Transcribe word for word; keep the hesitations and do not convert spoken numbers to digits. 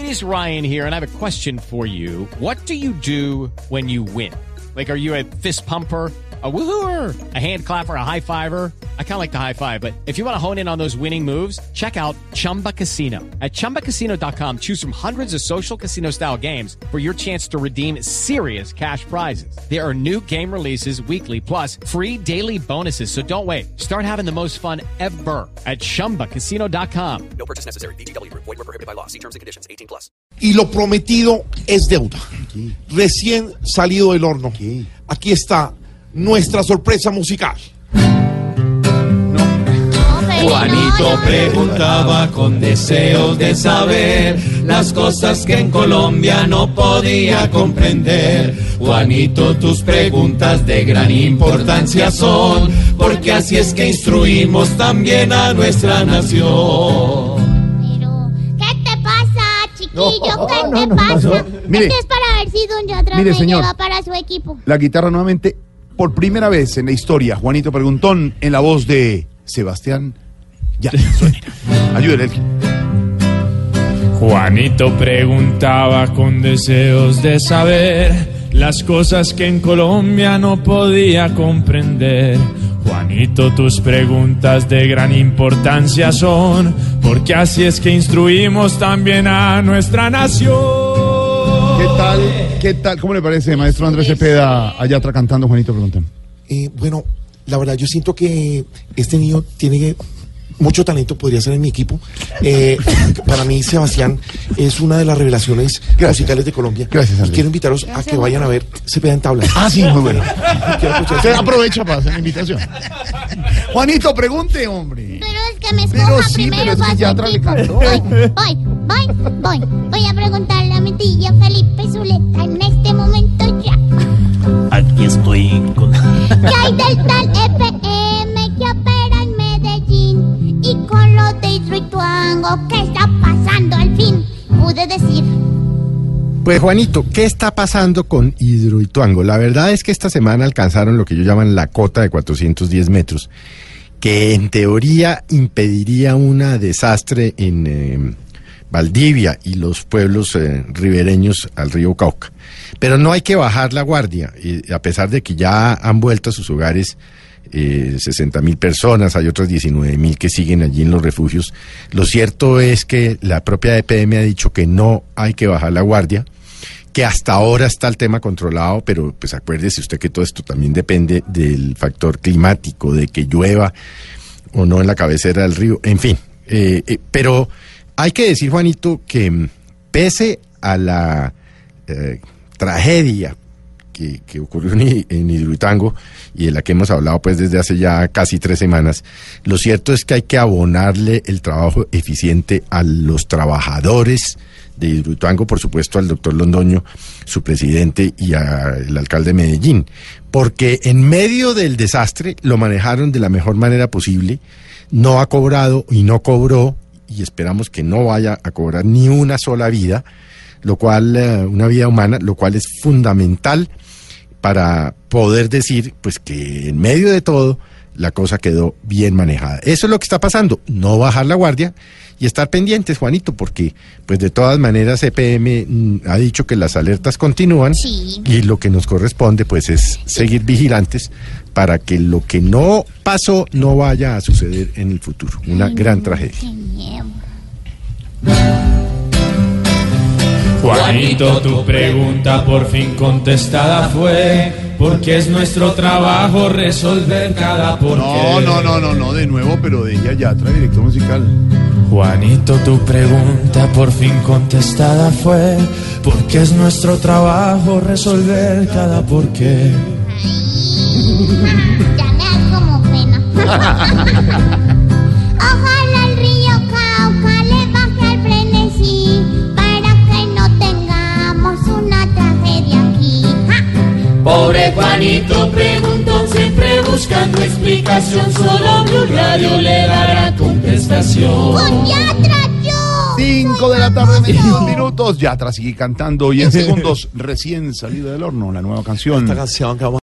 It is Ryan here, and I have a question for you. What do you do when you win? Like, are you a fist pumper, a woohooer, a hand clapper, a high fiver? I kind of like the high five, but if you want to hone in on those winning moves, check out Chumba Casino. At chumba casino dot com, choose from hundreds of social casino style games for your chance to redeem serious cash prizes. There are new game releases weekly, plus free daily bonuses. So don't wait. Start having the most fun ever at chumba casino dot com. No purchase necessary. V G W Group. Void where prohibited by law. See terms and conditions. eighteen plus. Y lo prometido es deuda. ¿Qué? Recién salido del horno. ¿Qué? Aquí está nuestra sorpresa musical. Juanito preguntaba con deseos de saber las cosas que en Colombia no podía comprender. Juanito, tus preguntas de gran importancia son, porque así es que instruimos también a nuestra nación. Pero, ¿qué te pasa, chiquillo? No, ¿Qué no, te no, pasa? no. Mire. Esto es para ver si Don Yatra Mire, me señor. lleva para su equipo. La guitarra nuevamente, por primera vez en la historia, Juanito Preguntón en la voz de Sebastián Yatra. Ayúdele. Juanito preguntaba con deseos de saber las cosas que en Colombia no podía comprender. Juanito, tus preguntas de gran importancia son, porque así es que instruimos también a nuestra nación. ¿Qué tal? ¿Qué tal? ¿Cómo le parece, maestro Andrés Cepeda, allá atrás cantando Juanito Preguntón? Eh, bueno, la verdad yo siento que este niño tiene mucho talento, podría ser en mi equipo. Eh, para mí, Sebastián es una de las revelaciones Gracias. musicales de Colombia. Gracias, y Andrés. quiero invitaros a que vayan a ver Cepeda en tablas. Ah, sí, muy bueno. Quiero escuchar- Usted aprovecha para hacer la invitación. Juanito, pregunte, hombre. Pero es que me escoja Pero sí, primero pero es para que su Yatra le equipo. cantó. Voy, voy, voy, voy. Voy a preguntarle a mi tía Felipe Zuleta en este momento ya. Aquí estoy con... ¿Qué hay del tal E P M que opera en Medellín? Y con lo de Hidroituango, ¿qué está pasando al fin? Pude decir. Pues Juanito, ¿qué está pasando con Hidroituango? La verdad es que esta semana alcanzaron lo que ellos llaman la cota de cuatrocientos diez metros, que en teoría impediría un desastre en eh, Valdivia y los pueblos eh, ribereños al río Cauca. Pero no hay que bajar la guardia, y a pesar de que ya han vuelto a sus hogares eh, sesenta mil personas, hay otras diecinueve mil que siguen allí en los refugios. Lo cierto es que la propia E P M ha dicho que no hay que bajar la guardia, que hasta ahora está el tema controlado, pero pues acuérdese usted que todo esto también depende del factor climático, de que llueva o no en la cabecera del río, en fin. Eh, eh, pero hay que decir, Juanito, que mm, pese a la eh, tragedia que, que ocurrió en, en Hidroituango y de la que hemos hablado pues desde hace ya casi tres semanas, lo cierto es que hay que abonarle el trabajo eficiente a los trabajadores de Hidroituango, por supuesto al doctor Londoño, su presidente, y al alcalde de Medellín, porque en medio del desastre lo manejaron de la mejor manera posible, no ha cobrado y no cobró, y esperamos que no vaya a cobrar ni una sola vida, lo cual, eh, una vida humana, lo cual es fundamental para poder decir, pues, que en medio de todo la cosa quedó bien manejada. Eso es lo que está pasando, no bajar la guardia y estar pendientes, Juanito, porque, pues, de todas maneras, E P M mm, ha dicho que las alertas continúan, Sí. y lo que nos corresponde, pues, es seguir vigilantes para que lo que no pasó no vaya a suceder en el futuro. Una gran tragedia. Qué miedo. Juanito, tu pregunta por fin contestada fue, porque es nuestro trabajo resolver cada porqué. No, no, no, no, no, de nuevo, pero de ella Yatra, director musical. Juanito, tu pregunta por fin contestada fue, porque es nuestro trabajo resolver cada porqué. Ya me da como pena. Ojalá el río Cauca le baje al frenesí para que no tengamos una tragedia aquí. ¡Ja! Pobre Juanito preguntó, siempre buscando explicación, solo Blue Radio le dará contestación. ¡Con Yatra yo! Cinco de la tarde, veintidós minutos. Yatra sigue cantando y en segundos, recién salida del horno, la nueva canción. Esta canción que vamos